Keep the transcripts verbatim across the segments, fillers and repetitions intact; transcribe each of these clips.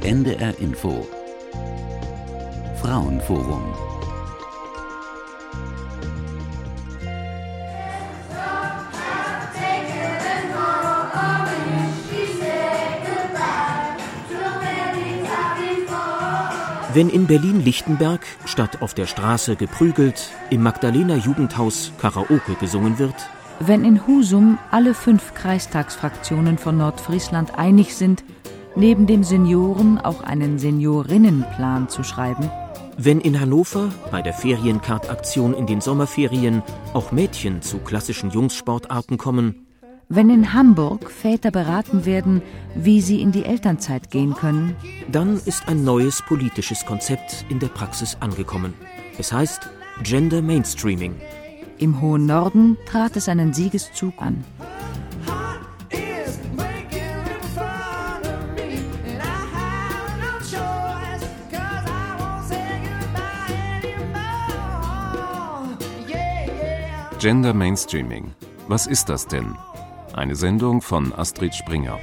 N D R Info Frauenforum. Wenn in Berlin-Lichtenberg statt auf der Straße geprügelt, im Magdalener Jugendhaus Karaoke gesungen wird, wenn in Husum alle fünf Kreistagsfraktionen von Nordfriesland einig sind, neben dem Senioren auch einen Seniorinnenplan zu schreiben, wenn in Hannover bei der Ferienkart-Aktion in den Sommerferien auch Mädchen zu klassischen Jungssportarten kommen, wenn in Hamburg Väter beraten werden, wie sie in die Elternzeit gehen können, dann ist ein neues politisches Konzept in der Praxis angekommen. Es heißt Gender Mainstreaming. Im hohen Norden trat es einen Siegeszug an. Gender Mainstreaming. Was ist das denn? Eine Sendung von Astrid Springer.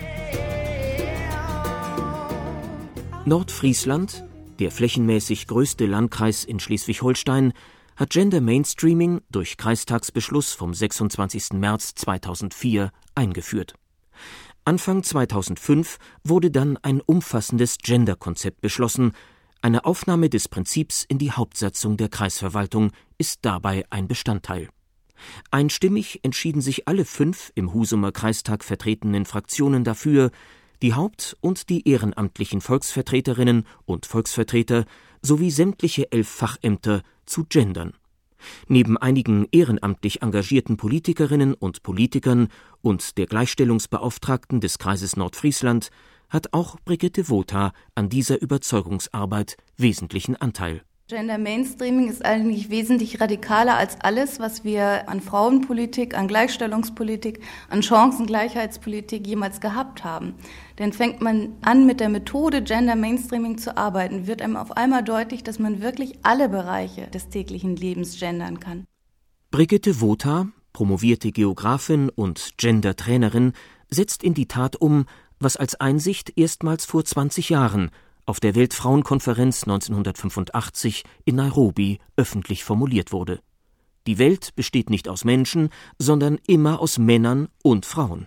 Nordfriesland, der flächenmäßig größte Landkreis in Schleswig-Holstein, hat Gender Mainstreaming durch Kreistagsbeschluss vom sechsundzwanzigsten März zweitausendvier eingeführt. Anfang zweitausendfünf wurde dann ein umfassendes Gender-Konzept beschlossen. Eine Aufnahme des Prinzips in die Hauptsatzung der Kreisverwaltung ist dabei ein Bestandteil. Einstimmig entschieden sich alle fünf im Husumer Kreistag vertretenen Fraktionen dafür, die Haupt- und die ehrenamtlichen Volksvertreterinnen und Volksvertreter sowie sämtliche elf Fachämter zu gendern. Neben einigen ehrenamtlich engagierten Politikerinnen und Politikern und der Gleichstellungsbeauftragten des Kreises Nordfriesland hat auch Brigitte Vota an dieser Überzeugungsarbeit wesentlichen Anteil. Gender Mainstreaming ist eigentlich wesentlich radikaler als alles, was wir an Frauenpolitik, an Gleichstellungspolitik, an Chancengleichheitspolitik jemals gehabt haben. Denn fängt man an, mit der Methode Gender Mainstreaming zu arbeiten, wird einem auf einmal deutlich, dass man wirklich alle Bereiche des täglichen Lebens gendern kann. Brigitte Vota, promovierte Geografin und Gender-Trainerin, setzt in die Tat um, was als Einsicht erstmals vor zwanzig Jahren auf der Weltfrauenkonferenz neunzehnhundertfünfundachtzig in Nairobi öffentlich formuliert wurde. Die Welt besteht nicht aus Menschen, sondern immer aus Männern und Frauen.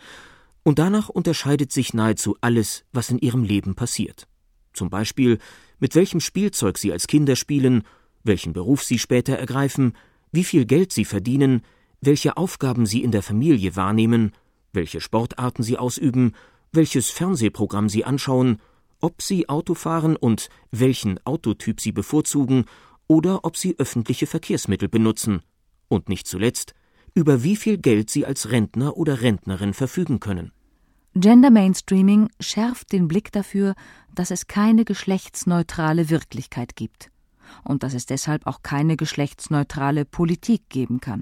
Und danach unterscheidet sich nahezu alles, was in ihrem Leben passiert. Zum Beispiel, mit welchem Spielzeug sie als Kinder spielen, welchen Beruf sie später ergreifen, wie viel Geld sie verdienen, welche Aufgaben sie in der Familie wahrnehmen, welche Sportarten sie ausüben, welches Fernsehprogramm sie anschauen, ob sie Auto fahren und welchen Autotyp sie bevorzugen oder ob sie öffentliche Verkehrsmittel benutzen. Und nicht zuletzt, über wie viel Geld sie als Rentner oder Rentnerin verfügen können. Gender Mainstreaming schärft den Blick dafür, dass es keine geschlechtsneutrale Wirklichkeit gibt und dass es deshalb auch keine geschlechtsneutrale Politik geben kann.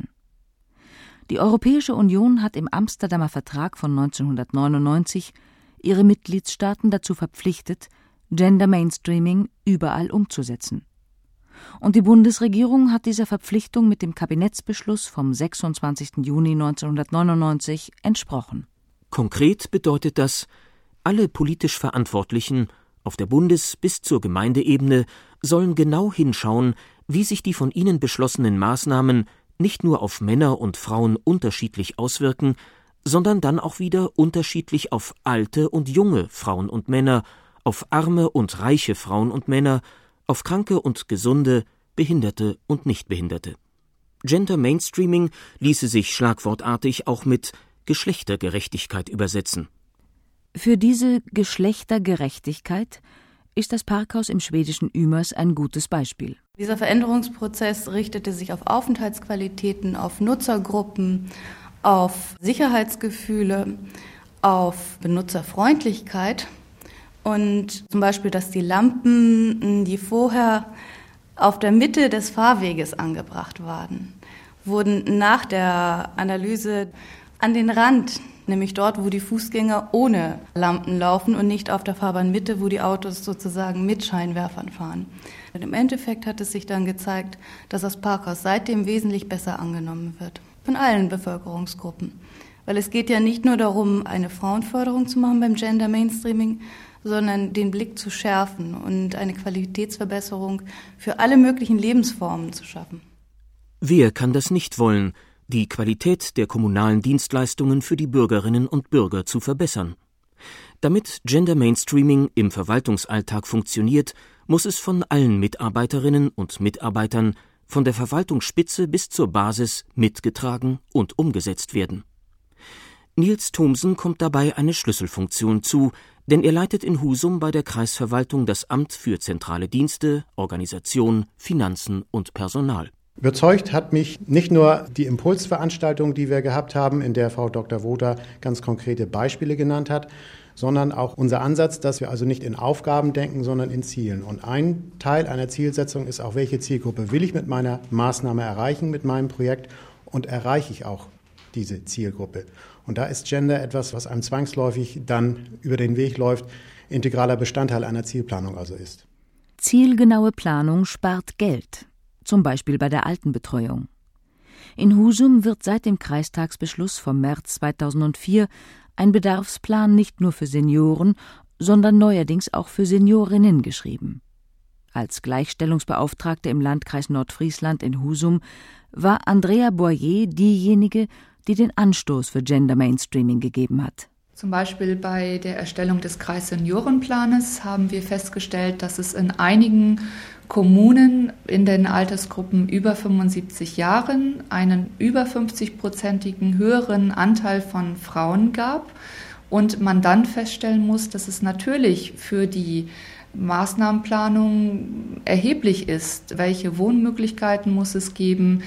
Die Europäische Union hat im Amsterdamer Vertrag von neunzehnhundertneunundneunzig ihre Mitgliedstaaten dazu verpflichtet, Gender Mainstreaming überall umzusetzen. Und die Bundesregierung hat dieser Verpflichtung mit dem Kabinettsbeschluss vom sechsundzwanzigsten Juni neunzehnhundertneunundneunzig entsprochen. Konkret bedeutet das, alle politisch Verantwortlichen auf der Bundes- bis zur Gemeindeebene sollen genau hinschauen, wie sich die von ihnen beschlossenen Maßnahmen nicht nur auf Männer und Frauen unterschiedlich auswirken, sondern dann auch wieder unterschiedlich auf alte und junge Frauen und Männer, auf arme und reiche Frauen und Männer, auf Kranke und Gesunde, Behinderte und Nichtbehinderte. Gender Mainstreaming ließe sich schlagwortartig auch mit Geschlechtergerechtigkeit übersetzen. Für diese Geschlechtergerechtigkeit ist das Parkhaus im schwedischen Ymers ein gutes Beispiel. Dieser Veränderungsprozess richtete sich auf Aufenthaltsqualitäten, auf Nutzergruppen, auf Sicherheitsgefühle, auf Benutzerfreundlichkeit und zum Beispiel, dass die Lampen, die vorher auf der Mitte des Fahrweges angebracht waren, wurden nach der Analyse an den Rand, nämlich dort, wo die Fußgänger ohne Lampen laufen und nicht auf der Fahrbahnmitte, wo die Autos sozusagen mit Scheinwerfern fahren. Und im Endeffekt hat es sich dann gezeigt, dass das Parkhaus seitdem wesentlich besser angenommen wird. Von allen Bevölkerungsgruppen. Weil es geht ja nicht nur darum, eine Frauenförderung zu machen beim Gender Mainstreaming, sondern den Blick zu schärfen und eine Qualitätsverbesserung für alle möglichen Lebensformen zu schaffen. Wer kann das nicht wollen, die Qualität der kommunalen Dienstleistungen für die Bürgerinnen und Bürger zu verbessern? Damit Gender Mainstreaming im Verwaltungsalltag funktioniert, muss es von allen Mitarbeiterinnen und Mitarbeitern, von der Verwaltungsspitze bis zur Basis, mitgetragen und umgesetzt werden. Nils Thomsen kommt dabei eine Schlüsselfunktion zu, denn er leitet in Husum bei der Kreisverwaltung das Amt für zentrale Dienste, Organisation, Finanzen und Personal. Überzeugt hat mich nicht nur die Impulsveranstaltung, die wir gehabt haben, in der Frau Doktor Votha ganz konkrete Beispiele genannt hat, sondern auch unser Ansatz, dass wir also nicht in Aufgaben denken, sondern in Zielen. Und ein Teil einer Zielsetzung ist auch, welche Zielgruppe will ich mit meiner Maßnahme erreichen, mit meinem Projekt, und erreiche ich auch diese Zielgruppe. Und da ist Gender etwas, was einem zwangsläufig dann über den Weg läuft, integraler Bestandteil einer Zielplanung also ist. Zielgenaue Planung spart Geld, zum Beispiel bei der Altenbetreuung. In Husum wird seit dem Kreistagsbeschluss vom März zweitausendvier ein Bedarfsplan nicht nur für Senioren, sondern neuerdings auch für Seniorinnen geschrieben. Als Gleichstellungsbeauftragte im Landkreis Nordfriesland in Husum war Andrea Boyer diejenige, die den Anstoß für Gender Mainstreaming gegeben hat. Zum Beispiel bei der Erstellung des Kreisseniorenplanes haben wir festgestellt, dass es in einigen Kommunen in den Altersgruppen über fünfundsiebzig Jahren einen über fünfzig-prozentigen höheren Anteil von Frauen gab und man dann feststellen muss, dass es natürlich für die Maßnahmenplanung erheblich ist. Welche Wohnmöglichkeiten muss es geben,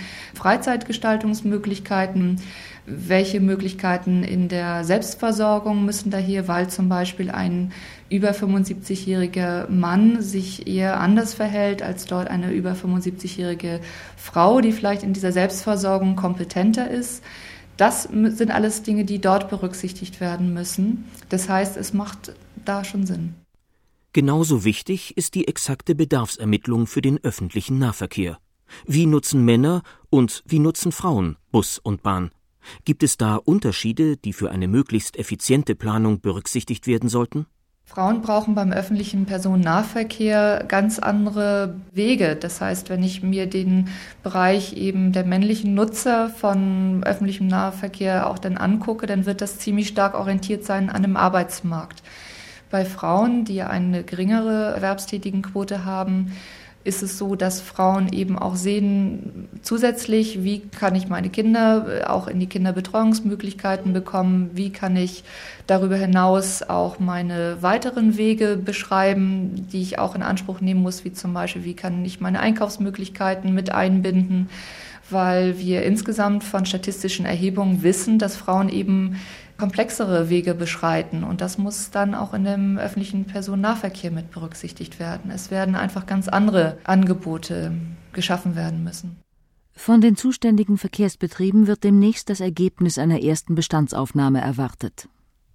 Freizeitgestaltungsmöglichkeiten, welche Möglichkeiten in der Selbstversorgung müssen da hier, weil zum Beispiel ein über fünfundsiebzigjähriger Mann sich eher anders verhält als dort eine über fünfundsiebzigjährige Frau, die vielleicht in dieser Selbstversorgung kompetenter ist. Das sind alles Dinge, die dort berücksichtigt werden müssen. Das heißt, es macht da schon Sinn. Genauso wichtig ist die exakte Bedarfsermittlung für den öffentlichen Nahverkehr. Wie nutzen Männer und wie nutzen Frauen Bus und Bahn? Gibt es da Unterschiede, die für eine möglichst effiziente Planung berücksichtigt werden sollten? Frauen brauchen beim öffentlichen Personennahverkehr ganz andere Wege. Das heißt, wenn ich mir den Bereich eben der männlichen Nutzer von öffentlichem Nahverkehr auch dann angucke, dann wird das ziemlich stark orientiert sein an dem Arbeitsmarkt. Bei Frauen, die eine geringere Erwerbstätigenquote haben, ist es so, dass Frauen eben auch sehen, zusätzlich, wie kann ich meine Kinder auch in die Kinderbetreuungsmöglichkeiten bekommen, wie kann ich darüber hinaus auch meine weiteren Wege beschreiben, die ich auch in Anspruch nehmen muss, wie zum Beispiel, wie kann ich meine Einkaufsmöglichkeiten mit einbinden, weil wir insgesamt von statistischen Erhebungen wissen, dass Frauen eben komplexere Wege beschreiten und das muss dann auch in dem öffentlichen Personennahverkehr mit berücksichtigt werden. Es werden einfach ganz andere Angebote geschaffen werden müssen. Von den zuständigen Verkehrsbetrieben wird demnächst das Ergebnis einer ersten Bestandsaufnahme erwartet.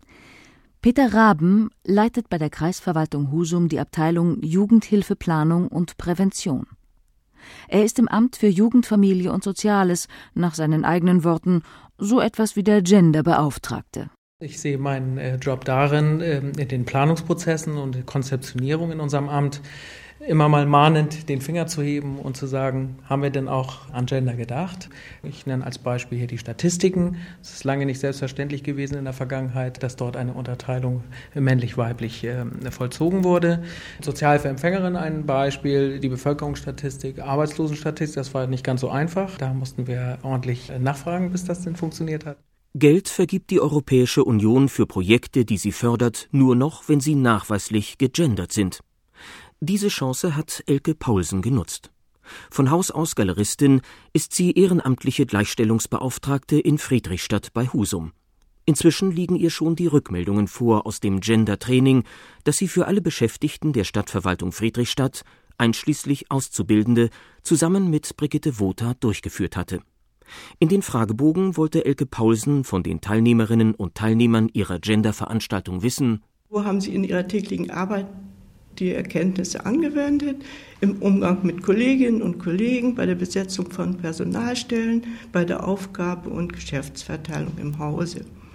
Peter Raben leitet bei der Kreisverwaltung Husum die Abteilung Jugendhilfeplanung und Prävention. Er ist im Amt für Jugend, Familie und Soziales, nach seinen eigenen Worten, so etwas wie der Genderbeauftragte. Ich sehe meinen äh, Job darin, äh, in den Planungsprozessen und der Konzeptionierung in unserem Amt immer mal mahnend den Finger zu heben und zu sagen, haben wir denn auch an Gender gedacht? Ich nenne als Beispiel hier die Statistiken. Es ist lange nicht selbstverständlich gewesen in der Vergangenheit, dass dort eine Unterteilung männlich-weiblich äh, vollzogen wurde. Sozialhilfeempfängerin ein Beispiel, die Bevölkerungsstatistik, Arbeitslosenstatistik, das war nicht ganz so einfach. Da mussten wir ordentlich nachfragen, bis das denn funktioniert hat. Geld vergibt die Europäische Union für Projekte, die sie fördert, nur noch, wenn sie nachweislich gegendert sind. Diese Chance hat Elke Paulsen genutzt. Von Haus aus Galeristin ist sie ehrenamtliche Gleichstellungsbeauftragte in Friedrichstadt bei Husum. Inzwischen liegen ihr schon die Rückmeldungen vor aus dem Gender-Training, das sie für alle Beschäftigten der Stadtverwaltung Friedrichstadt, einschließlich Auszubildende, zusammen mit Brigitte Votha durchgeführt hatte. In den Fragebogen wollte Elke Paulsen von den Teilnehmerinnen und Teilnehmern ihrer Gender-Veranstaltung wissen: Wo haben Sie in Ihrer täglichen Arbeit die Erkenntnisse angewendet, im Umgang mit Kolleginnen und Kollegen, bei der Besetzung von Personalstellen, bei der Aufgabe- und Geschäftsverteilung im Hause?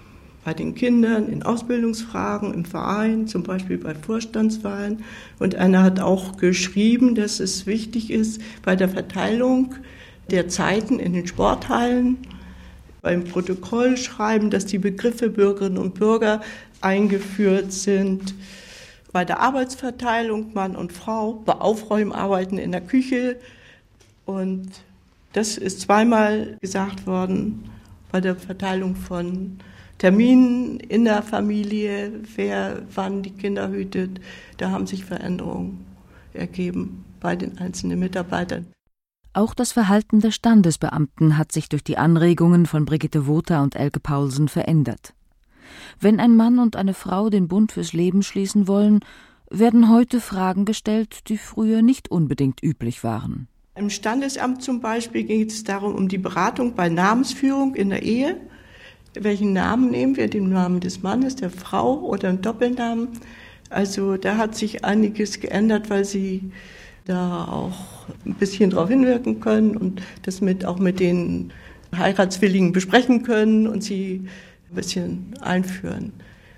bei den Kindern, in Ausbildungsfragen, im Verein, zum Beispiel bei Vorstandswahlen. Und einer hat auch geschrieben, dass es wichtig ist bei der Verteilung der Zeiten in den Sporthallen, beim Protokoll schreiben, dass die Begriffe Bürgerinnen und Bürger eingeführt sind. Bei der Arbeitsverteilung Mann und Frau, bei Aufräumarbeiten in der Küche. Und das ist zweimal gesagt worden bei der Verteilung von Terminen in der Familie, wer wann die Kinder hütet. Da haben sich Veränderungen ergeben bei den einzelnen Mitarbeitern. Auch das Verhalten der Standesbeamten hat sich durch die Anregungen von Brigitte Vota und Elke Paulsen verändert. Wenn ein Mann und eine Frau den Bund fürs Leben schließen wollen, werden heute Fragen gestellt, die früher nicht unbedingt üblich waren. Im Standesamt zum Beispiel geht es darum, um die Beratung bei Namensführung in der Ehe. Welchen Namen nehmen wir? Den Namen des Mannes, der Frau oder einen Doppelnamen? Also da hat sich einiges geändert, weil sie da auch ein bisschen drauf hinwirken können und das mit, auch mit den Heiratswilligen besprechen können und sie ein bisschen einführen.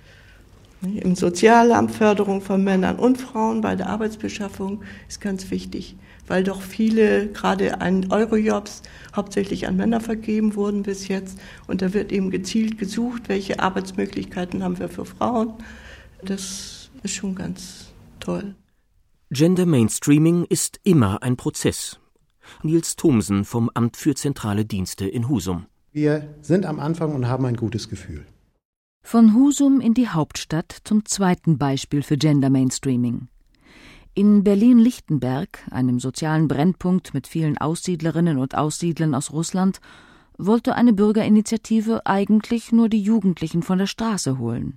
Im Sozialamt Förderung von Männern und Frauen bei der Arbeitsbeschaffung ist ganz wichtig, weil doch viele, gerade an Eurojobs, hauptsächlich an Männer vergeben wurden bis jetzt. Und da wird eben gezielt gesucht, welche Arbeitsmöglichkeiten haben wir für Frauen. Das ist schon ganz toll. Gender Mainstreaming ist immer ein Prozess. Nils Thomsen vom Amt für zentrale Dienste in Husum. Wir sind am Anfang und haben ein gutes Gefühl. Von Husum in die Hauptstadt zum zweiten Beispiel für Gender Mainstreaming. In Berlin-Lichtenberg, einem sozialen Brennpunkt mit vielen Aussiedlerinnen und Aussiedlern aus Russland, wollte eine Bürgerinitiative eigentlich nur die Jugendlichen von der Straße holen.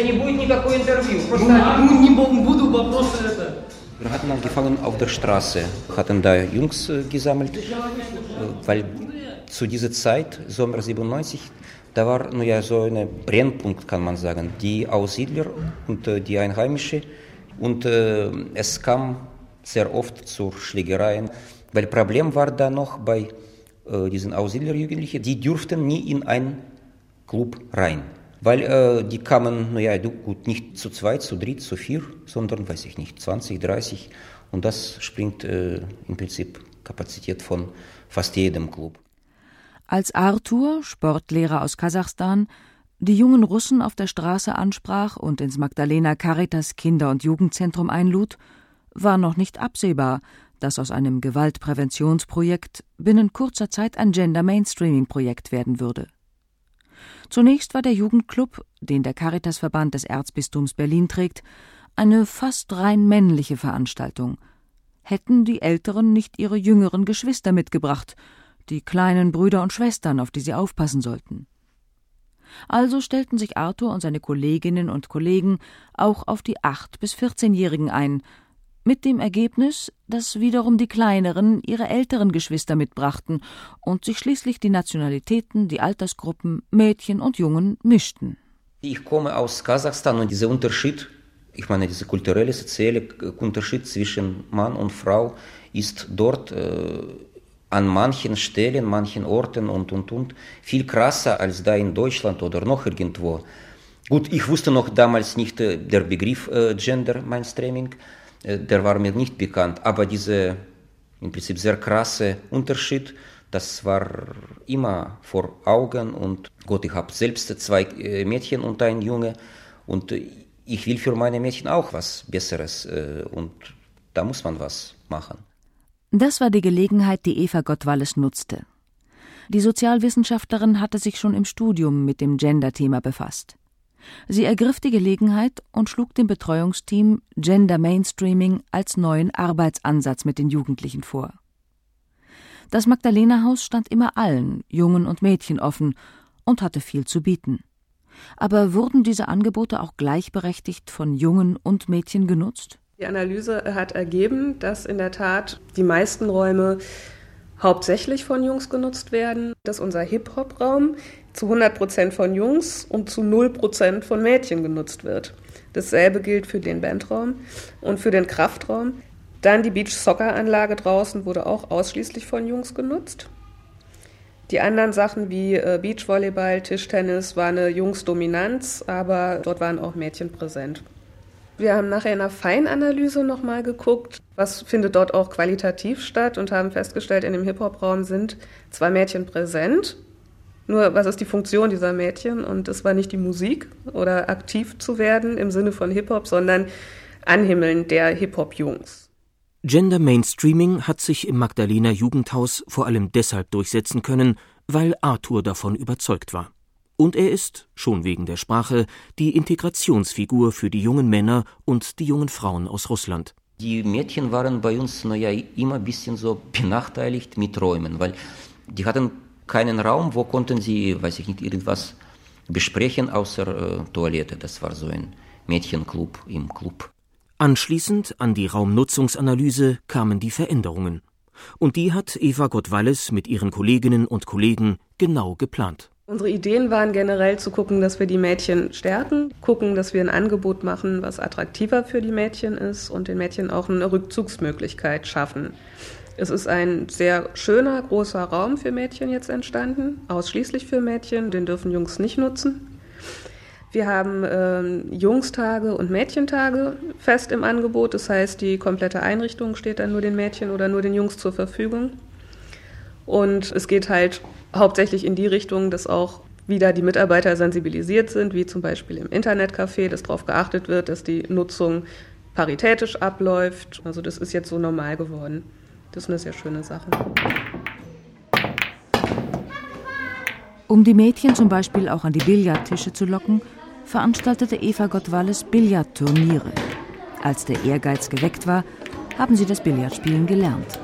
Wir hatten angefangen auf der Straße, hatten da Jungs äh, gesammelt, äh, weil zu dieser Zeit, Sommer siebenundneunzig, da war nur ja so ein Brennpunkt, kann man sagen, die Aussiedler und äh, die Einheimische. Und äh, es kam sehr oft zu Schlägereien, weil Problem war da noch bei äh, diesen Aussiedlerjugendlichen, die durften nie in einen Club rein. Weil äh, die kamen, naja, gut, nicht zu zwei, zu dritt, zu vier, sondern, weiß ich nicht, zwanzig, dreißig. Und das springt äh, im Prinzip Kapazität von fast jedem Club. Als Arthur, Sportlehrer aus Kasachstan, die jungen Russen auf der Straße ansprach und ins Magdalena Caritas Kinder- und Jugendzentrum einlud, war noch nicht absehbar, dass aus einem Gewaltpräventionsprojekt binnen kurzer Zeit ein Gender-Mainstreaming-Projekt werden würde. Zunächst war der Jugendclub, den der Caritasverband des Erzbistums Berlin trägt, eine fast rein männliche Veranstaltung. Hätten die Älteren nicht ihre jüngeren Geschwister mitgebracht, die kleinen Brüder und Schwestern, auf die sie aufpassen sollten. Also stellten sich Arthur und seine Kolleginnen und Kollegen auch auf die acht- bis vierzehnjährigen ein, mit dem Ergebnis, dass wiederum die Kleineren ihre älteren Geschwister mitbrachten und sich schließlich die Nationalitäten, die Altersgruppen, Mädchen und Jungen mischten. Ich komme aus Kasachstan und dieser Unterschied, ich meine, dieser kulturelle, soziale Unterschied zwischen Mann und Frau ist dort äh, an manchen Stellen, manchen Orten und, und, und viel krasser als da in Deutschland oder noch irgendwo. Gut, ich wusste noch damals nicht äh, der Begriff äh, Gender Mainstreaming, äh, der war mir nicht bekannt, aber dieser im Prinzip sehr krasse Unterschied, das war immer vor Augen und Gott, ich habe selbst zwei äh, Mädchen und ein Junge und äh, ich will für meine Mädchen auch was Besseres äh, und da muss man was machen. Das war die Gelegenheit, die Eva Gottwalles nutzte. Die Sozialwissenschaftlerin hatte sich schon im Studium mit dem Gender-Thema befasst. Sie ergriff die Gelegenheit und schlug dem Betreuungsteam Gender Mainstreaming als neuen Arbeitsansatz mit den Jugendlichen vor. Das Magdalena-Haus stand immer allen, Jungen und Mädchen, offen und hatte viel zu bieten. Aber wurden diese Angebote auch gleichberechtigt von Jungen und Mädchen genutzt? Die Analyse hat ergeben, dass in der Tat die meisten Räume hauptsächlich von Jungs genutzt werden, dass unser Hip-Hop-Raum zu hundert Prozent von Jungs und zu null Prozent von Mädchen genutzt wird. Dasselbe gilt für den Bandraum und für den Kraftraum. Dann die Beach-Soccer-Anlage draußen wurde auch ausschließlich von Jungs genutzt. Die anderen Sachen wie Beachvolleyball, Tischtennis war eine Jungsdominanz, aber dort waren auch Mädchen präsent. Wir haben nachher in einer Feinanalyse nochmal geguckt, was findet dort auch qualitativ statt und haben festgestellt, in dem Hip-Hop-Raum sind zwar Mädchen präsent, nur was ist die Funktion dieser Mädchen? Und es war nicht die Musik oder aktiv zu werden im Sinne von Hip-Hop, sondern Anhimmeln der Hip-Hop-Jungs. Gender Mainstreaming hat sich im Magdalener Jugendhaus vor allem deshalb durchsetzen können, weil Arthur davon überzeugt war. Und er ist, schon wegen der Sprache, die Integrationsfigur für die jungen Männer und die jungen Frauen aus Russland. Die Mädchen waren bei uns naja, immer ein bisschen so benachteiligt mit Räumen, weil die hatten keinen Raum, wo konnten sie, weiß ich nicht, irgendwas besprechen außer äh, Toilette. Das war so ein Mädchenclub im Club. Anschließend an die Raumnutzungsanalyse kamen die Veränderungen. Und die hat Eva Gott-Walles mit ihren Kolleginnen und Kollegen genau geplant. Unsere Ideen waren generell zu gucken, dass wir die Mädchen stärken, gucken, dass wir ein Angebot machen, was attraktiver für die Mädchen ist und den Mädchen auch eine Rückzugsmöglichkeit schaffen. Es ist ein sehr schöner, großer Raum für Mädchen jetzt entstanden, ausschließlich für Mädchen, den dürfen Jungs nicht nutzen. Wir haben ähm, Jungstage und Mädchentage fest im Angebot, das heißt, die komplette Einrichtung steht dann nur den Mädchen oder nur den Jungs zur Verfügung. Und es geht halt hauptsächlich in die Richtung, dass auch wieder die Mitarbeiter sensibilisiert sind, wie zum Beispiel im Internetcafé, dass darauf geachtet wird, dass die Nutzung paritätisch abläuft. Also das ist jetzt so normal geworden. Das ist eine sehr schöne Sache. Um die Mädchen zum Beispiel auch an die Billardtische zu locken, veranstaltete Eva Gott-Walles Billardturniere. Als der Ehrgeiz geweckt war, haben sie das Billardspielen gelernt.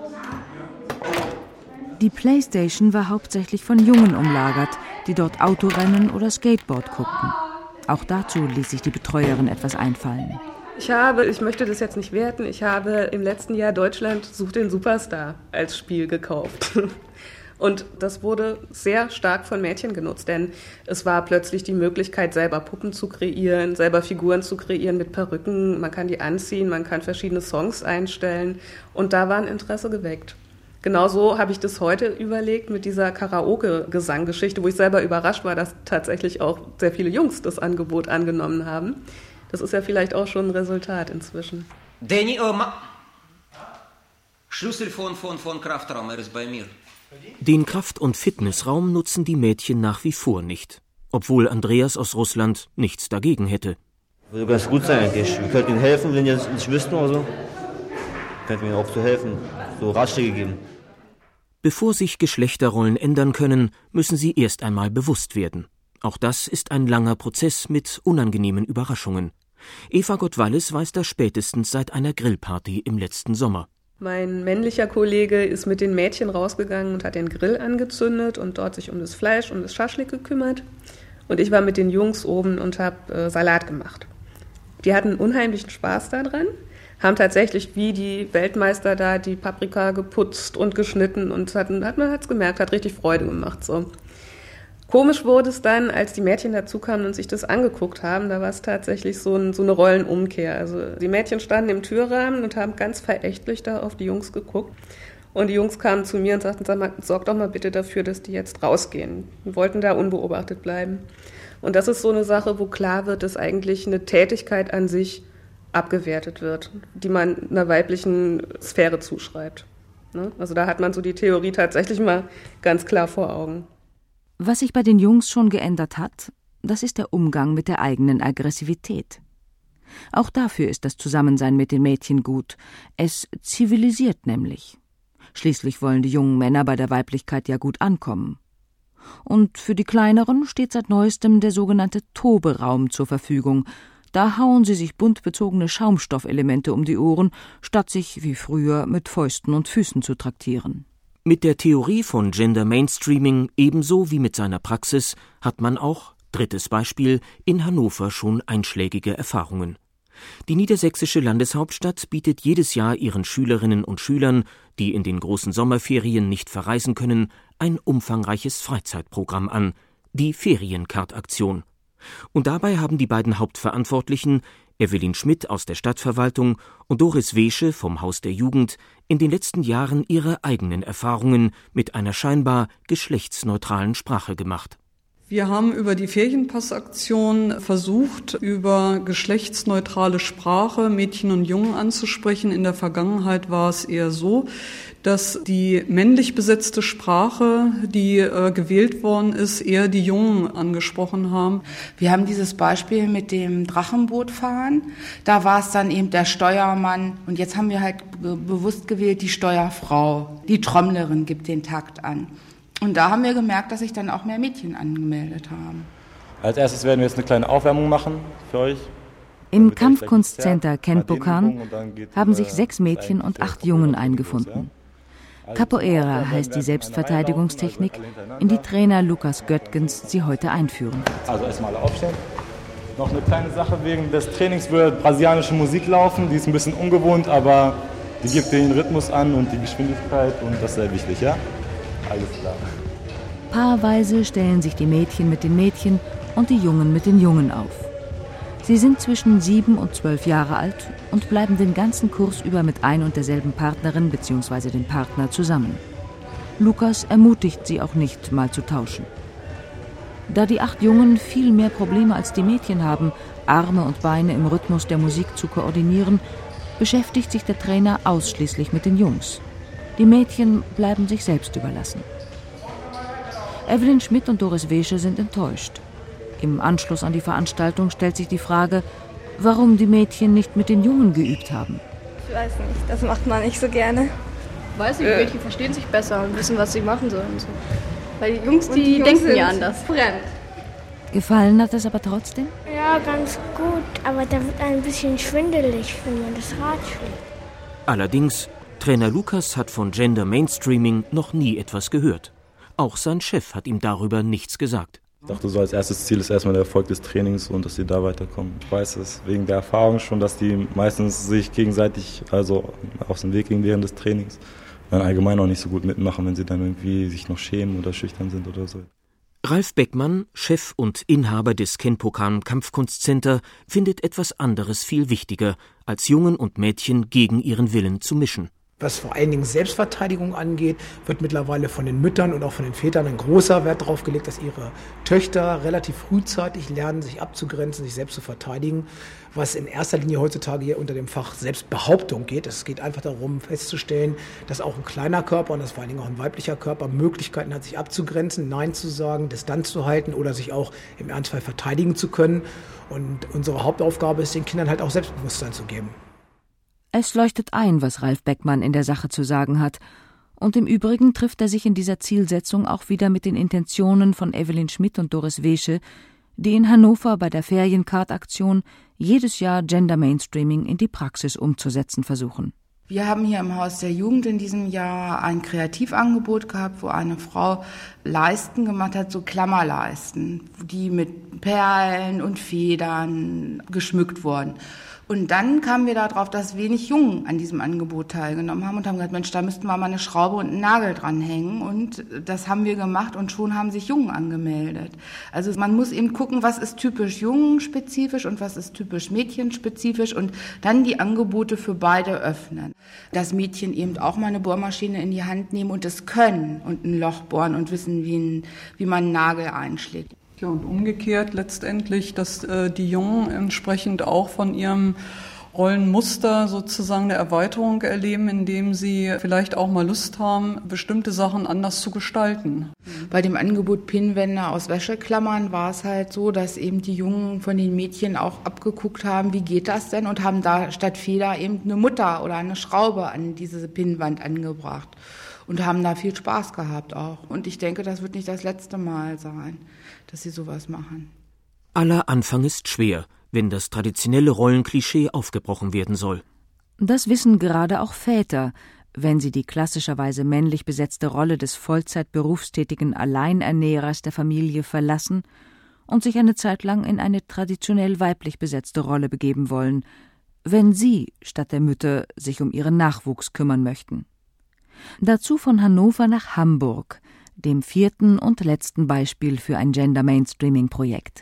Die Playstation war hauptsächlich von Jungen umlagert, die dort Autorennen oder Skateboard guckten. Auch dazu ließ sich die Betreuerin etwas einfallen. Ich habe, ich möchte das jetzt nicht werten, ich habe im letzten Jahr Deutschland sucht den Superstar als Spiel gekauft. Und das wurde sehr stark von Mädchen genutzt, denn es war plötzlich die Möglichkeit, selber Puppen zu kreieren, selber Figuren zu kreieren mit Perücken. Man kann die anziehen, man kann verschiedene Songs einstellen und da war ein Interesse geweckt. Genauso habe ich das heute überlegt mit dieser Karaoke-Gesang-Geschichte, wo ich selber überrascht war, dass tatsächlich auch sehr viele Jungs das Angebot angenommen haben. Das ist ja vielleicht auch schon ein Resultat inzwischen. Danny, oh, ma- Schlüssel von, von, von Kraftraum, er ist bei mir. Den Kraft- und Fitnessraum nutzen die Mädchen nach wie vor nicht, obwohl Andreas aus Russland nichts dagegen hätte. Würde ganz gut sein eigentlich. Wir könnten ihnen helfen, wenn ihr es nicht wüssten oder so. Könnten ihnen auch so helfen, so Ratschläge geben. Bevor sich Geschlechterrollen ändern können, müssen sie erst einmal bewusst werden. Auch das ist ein langer Prozess mit unangenehmen Überraschungen. Eva Gott-Walles weiß das spätestens seit einer Grillparty im letzten Sommer. Mein männlicher Kollege ist mit den Mädchen rausgegangen und hat den Grill angezündet und dort sich um das Fleisch und das Schaschlik gekümmert. Und ich war mit den Jungs oben und habe äh, Salat gemacht. Die hatten unheimlichen Spaß daran, haben tatsächlich wie die Weltmeister da die Paprika geputzt und geschnitten und hatten, hat man hat's gemerkt, hat richtig Freude gemacht. So. Komisch wurde es dann, als die Mädchen dazukamen und sich das angeguckt haben, da war es tatsächlich so, ein, so eine Rollenumkehr. Also die Mädchen standen im Türrahmen und haben ganz verächtlich da auf die Jungs geguckt. Und die Jungs kamen zu mir und sagten, sag mal, sorg doch mal bitte dafür, dass die jetzt rausgehen. Und wollten da unbeobachtet bleiben. Und das ist so eine Sache, wo klar wird, dass eigentlich eine Tätigkeit an sich abgewertet wird, die man einer weiblichen Sphäre zuschreibt. Also da hat man so die Theorie tatsächlich mal ganz klar vor Augen. Was sich bei den Jungs schon geändert hat, das ist der Umgang mit der eigenen Aggressivität. Auch dafür ist das Zusammensein mit den Mädchen gut. Es zivilisiert nämlich. Schließlich wollen die jungen Männer bei der Weiblichkeit ja gut ankommen. Und für die Kleineren steht seit Neuestem der sogenannte Toberaum zur Verfügung. Da hauen sie sich bunt bezogene Schaumstoffelemente um die Ohren, statt sich wie früher mit Fäusten und Füßen zu traktieren. Mit der Theorie von Gender Mainstreaming ebenso wie mit seiner Praxis hat man auch, drittes Beispiel, in Hannover schon einschlägige Erfahrungen. Die niedersächsische Landeshauptstadt bietet jedes Jahr ihren Schülerinnen und Schülern, die in den großen Sommerferien nicht verreisen können, ein umfangreiches Freizeitprogramm an, die Feriencard-Aktion. Und dabei haben die beiden Hauptverantwortlichen Evelyn Schmidt aus der Stadtverwaltung und Doris Wesche vom Haus der Jugend in den letzten Jahren ihre eigenen Erfahrungen mit einer scheinbar geschlechtsneutralen Sprache gemacht. Wir haben über die Ferienpassaktion versucht, über geschlechtsneutrale Sprache Mädchen und Jungen anzusprechen. In der Vergangenheit war es eher so, dass die männlich besetzte Sprache, die äh, gewählt worden ist, eher die Jungen angesprochen haben. Wir haben dieses Beispiel mit dem Drachenbootfahren. Da war es dann eben der Steuermann. Und jetzt haben wir halt be- bewusst gewählt die Steuerfrau. Die Trommlerin gibt den Takt an. Und da haben wir gemerkt, dass sich dann auch mehr Mädchen angemeldet haben. Als erstes werden wir jetzt eine kleine Aufwärmung machen für euch. Im Kampfkunstcenter Kenpokan haben sich sechs Mädchen und acht Jungen eingefunden. Capoeira heißt die Selbstverteidigungstechnik, in die Trainer Lukas Göttgens sie heute einführen wird. Also erstmal aufstehen. Noch eine kleine Sache, wegen des Trainings wird brasilianische Musik laufen. Die ist ein bisschen ungewohnt, aber die gibt den Rhythmus an und die Geschwindigkeit und das ist sehr wichtig, ja? Alles klar. Paarweise stellen sich die Mädchen mit den Mädchen und die Jungen mit den Jungen auf. Sie sind zwischen sieben und zwölf Jahre alt und bleiben den ganzen Kurs über mit ein und derselben Partnerin bzw. dem Partner zusammen. Lukas ermutigt sie auch nicht, mal zu tauschen. Da die acht Jungen viel mehr Probleme als die Mädchen haben, Arme und Beine im Rhythmus der Musik zu koordinieren, beschäftigt sich der Trainer ausschließlich mit den Jungs. Die Mädchen bleiben sich selbst überlassen. Evelyn Schmidt und Doris Wesche sind enttäuscht. Im Anschluss an die Veranstaltung stellt sich die Frage, warum die Mädchen nicht mit den Jungen geübt haben. Ich weiß nicht, das macht man nicht so gerne. Weiß nicht, die Mädchen verstehen sich besser und wissen, was sie machen sollen. So. Weil die Jungs, die, die Jungs denken ja anders. Fremd. Gefallen hat es aber trotzdem? Ja, ganz gut, aber da wird ein bisschen schwindelig, wenn man das Rad schlägt. Allerdings, Trainer Lukas hat von Gender Mainstreaming noch nie etwas gehört. Auch sein Chef hat ihm darüber nichts gesagt. Ich dachte, so als erstes Ziel ist erstmal der Erfolg des Trainings und dass sie da weiterkommen. Ich weiß es wegen der Erfahrung schon, dass die meistens sich gegenseitig also aus dem Weg gehen während des Trainings. Dann allgemein auch nicht so gut mitmachen, wenn sie dann irgendwie sich noch schämen oder schüchtern sind oder so. Ralf Beckmann, Chef und Inhaber des Kenpokan Kampfkunstcenter, findet etwas anderes viel wichtiger, als Jungen und Mädchen gegen ihren Willen zu mischen. Was vor allen Dingen Selbstverteidigung angeht, wird mittlerweile von den Müttern und auch von den Vätern ein großer Wert darauf gelegt, dass ihre Töchter relativ frühzeitig lernen, sich abzugrenzen, sich selbst zu verteidigen, was in erster Linie heutzutage hier unter dem Fach Selbstbehauptung geht. Es geht einfach darum, festzustellen, dass auch ein kleiner Körper und das vor allen Dingen auch ein weiblicher Körper Möglichkeiten hat, sich abzugrenzen, Nein zu sagen, Distanz zu halten oder sich auch im Ernstfall verteidigen zu können. Und unsere Hauptaufgabe ist, den Kindern halt auch Selbstbewusstsein zu geben. Es leuchtet ein, was Ralf Beckmann in der Sache zu sagen hat. Und im Übrigen trifft er sich in dieser Zielsetzung auch wieder mit den Intentionen von Evelyn Schmidt und Doris Wesche, die in Hannover bei der Feriencard-Aktion jedes Jahr Gender Mainstreaming in die Praxis umzusetzen versuchen. Wir haben hier im Haus der Jugend in diesem Jahr ein Kreativangebot gehabt, wo eine Frau Leisten gemacht hat, so Klammerleisten, die mit Perlen und Federn geschmückt wurden. Und dann kamen wir darauf, dass wenig Jungen an diesem Angebot teilgenommen haben und haben gesagt, Mensch, da müssten wir mal eine Schraube und einen Nagel dranhängen. Und das haben wir gemacht und schon haben sich Jungen angemeldet. Also man muss eben gucken, was ist typisch jungenspezifisch und was ist typisch mädchenspezifisch und dann die Angebote für beide öffnen. Dass Mädchen eben auch mal eine Bohrmaschine in die Hand nehmen und es können und ein Loch bohren und wissen, wie, ein, wie man einen Nagel einschlägt. Ja, und umgekehrt letztendlich, dass äh, die Jungen entsprechend auch von ihrem Rollenmuster sozusagen eine Erweiterung erleben, indem sie vielleicht auch mal Lust haben, bestimmte Sachen anders zu gestalten. Bei dem Angebot Pinnwände aus Wäscheklammern war es halt so, dass eben die Jungen von den Mädchen auch abgeguckt haben, wie geht das denn, und haben da statt Feder eben eine Mutter oder eine Schraube an diese Pinnwand angebracht und haben da viel Spaß gehabt auch. Und ich denke, das wird nicht das letzte Mal sein, dass sie sowas machen. Aller Anfang ist schwer, wenn das traditionelle Rollenklischee aufgebrochen werden soll. Das wissen gerade auch Väter, wenn sie die klassischerweise männlich besetzte Rolle des Vollzeitberufstätigen Alleinernährers der Familie verlassen und sich eine Zeit lang in eine traditionell weiblich besetzte Rolle begeben wollen, wenn sie statt der Mütter sich um ihren Nachwuchs kümmern möchten. Dazu von Hannover nach Hamburg, dem vierten und letzten Beispiel für ein Gender-Mainstreaming-Projekt.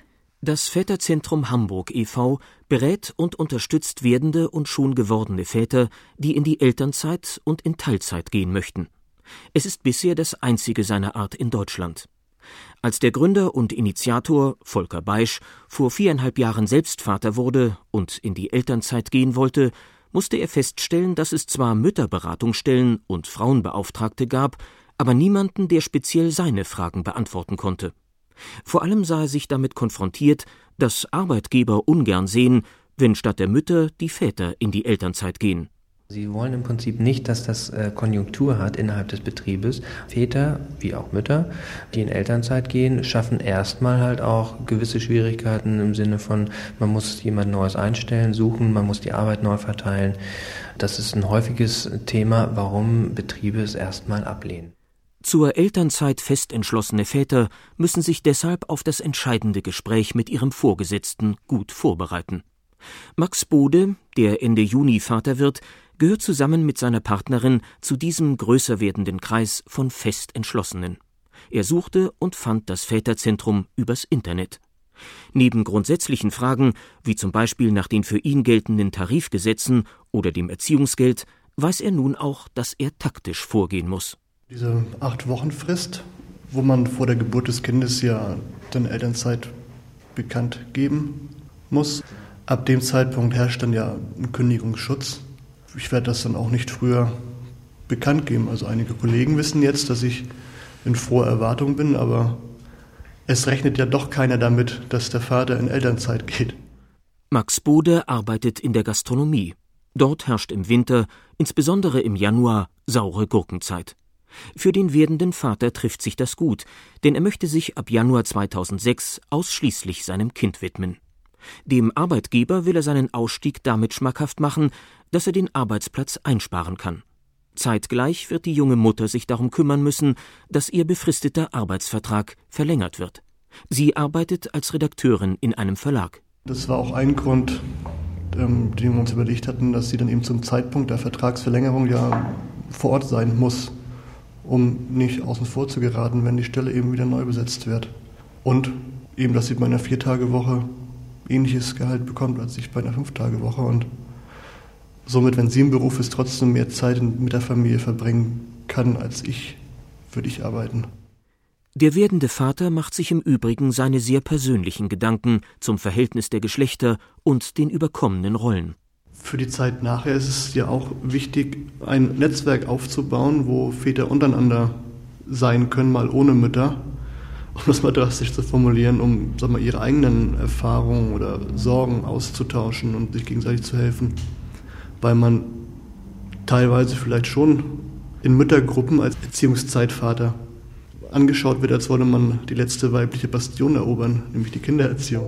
Das Väterzentrum Hamburg e V berät und unterstützt werdende und schon gewordene Väter, die in die Elternzeit und in Teilzeit gehen möchten. Es ist bisher das einzige seiner Art in Deutschland. Als der Gründer und Initiator Volker Beisch vor viereinhalb Jahren selbst Vater wurde und in die Elternzeit gehen wollte, musste er feststellen, dass es zwar Mütterberatungsstellen und Frauenbeauftragte gab, aber niemanden, der speziell seine Fragen beantworten konnte. Vor allem sah er sich damit konfrontiert, dass Arbeitgeber ungern sehen, wenn statt der Mütter die Väter in die Elternzeit gehen. Sie wollen im Prinzip nicht, dass das Konjunktur hat innerhalb des Betriebes. Väter, wie auch Mütter, die in Elternzeit gehen, schaffen erstmal halt auch gewisse Schwierigkeiten im Sinne von, man muss jemand Neues einstellen, suchen, man muss die Arbeit neu verteilen. Das ist ein häufiges Thema, warum Betriebe es erstmal ablehnen. Zur Elternzeit fest entschlossene Väter müssen sich deshalb auf das entscheidende Gespräch mit ihrem Vorgesetzten gut vorbereiten. Max Bode, der Ende Juni Vater wird, gehört zusammen mit seiner Partnerin zu diesem größer werdenden Kreis von fest Entschlossenen. Er suchte und fand das Väterzentrum übers Internet. Neben grundsätzlichen Fragen, wie zum Beispiel nach den für ihn geltenden Tarifgesetzen oder dem Erziehungsgeld, weiß er nun auch, dass er taktisch vorgehen muss. Diese Acht-Wochen-Frist, wo man vor der Geburt des Kindes ja dann Elternzeit bekannt geben muss. Ab dem Zeitpunkt herrscht dann ja ein Kündigungsschutz. Ich werde das dann auch nicht früher bekannt geben. Also einige Kollegen wissen jetzt, dass ich in froher Erwartung bin, aber es rechnet ja doch keiner damit, dass der Vater in Elternzeit geht. Max Bode arbeitet in der Gastronomie. Dort herrscht im Winter, insbesondere im Januar, saure Gurkenzeit. Für den werdenden Vater trifft sich das gut, denn er möchte sich ab Januar zweitausendsechs ausschließlich seinem Kind widmen. Dem Arbeitgeber will er seinen Ausstieg damit schmackhaft machen, dass er den Arbeitsplatz einsparen kann. Zeitgleich wird die junge Mutter sich darum kümmern müssen, dass ihr befristeter Arbeitsvertrag verlängert wird. Sie arbeitet als Redakteurin in einem Verlag. Das war auch ein Grund, ähm, den wir uns überlegt hatten, dass sie dann eben zum Zeitpunkt der Vertragsverlängerung ja vor Ort sein muss, um nicht außen vor zu geraten, wenn die Stelle eben wieder neu besetzt wird. Und eben, dass sie bei einer Vier-Tage-Woche ähnliches Gehalt bekommt als ich bei einer Fünf-Tage-Woche und somit, wenn sie im Beruf ist, trotzdem mehr Zeit mit der Familie verbringen kann als ich, würde ich arbeiten. Der werdende Vater macht sich im Übrigen seine sehr persönlichen Gedanken zum Verhältnis der Geschlechter und den überkommenen Rollen. Für die Zeit nachher ist es ja auch wichtig, ein Netzwerk aufzubauen, wo Väter untereinander sein können, mal ohne Mütter, um das mal drastisch zu formulieren, um sag mal, ihre eigenen Erfahrungen oder Sorgen auszutauschen und sich gegenseitig zu helfen. Weil man teilweise vielleicht schon in Müttergruppen als Erziehungszeitvater angeschaut wird, als wolle man die letzte weibliche Bastion erobern, nämlich die Kindererziehung.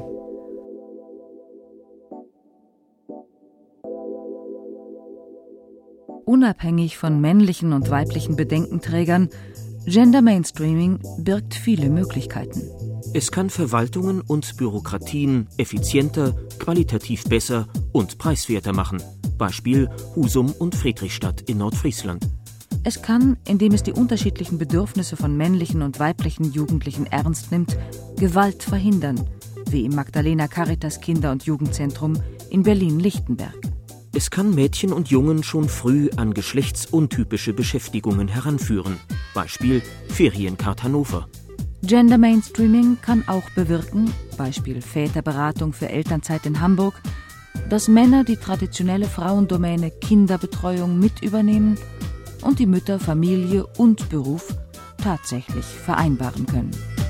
Unabhängig von männlichen und weiblichen Bedenkenträgern, Gender Mainstreaming birgt viele Möglichkeiten. Es kann Verwaltungen und Bürokratien effizienter, qualitativ besser und preiswerter machen. Beispiel Husum und Friedrichstadt in Nordfriesland. Es kann, indem es die unterschiedlichen Bedürfnisse von männlichen und weiblichen Jugendlichen ernst nimmt, Gewalt verhindern, wie im Magdalena Caritas Kinder- und Jugendzentrum in Berlin-Lichtenberg. Es kann Mädchen und Jungen schon früh an geschlechtsuntypische Beschäftigungen heranführen. Beispiel Feriencard Hannover. Gender Mainstreaming kann auch bewirken, Beispiel Väterberatung für Elternzeit in Hamburg, dass Männer die traditionelle Frauendomäne Kinderbetreuung mit übernehmen und die Mütter Familie und Beruf tatsächlich vereinbaren können.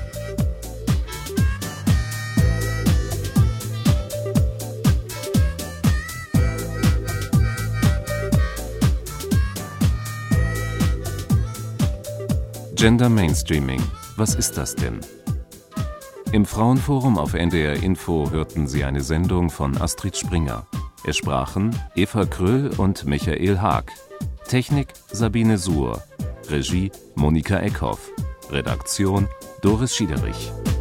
Gender Mainstreaming. Was ist das denn? Im Frauenforum auf N D R Info hörten Sie eine Sendung von Astrid Springer. Es sprachen Eva Kröll und Michael Haag. Technik Sabine Suhr. Regie Monika Eckhoff. Redaktion Doris Schiederich.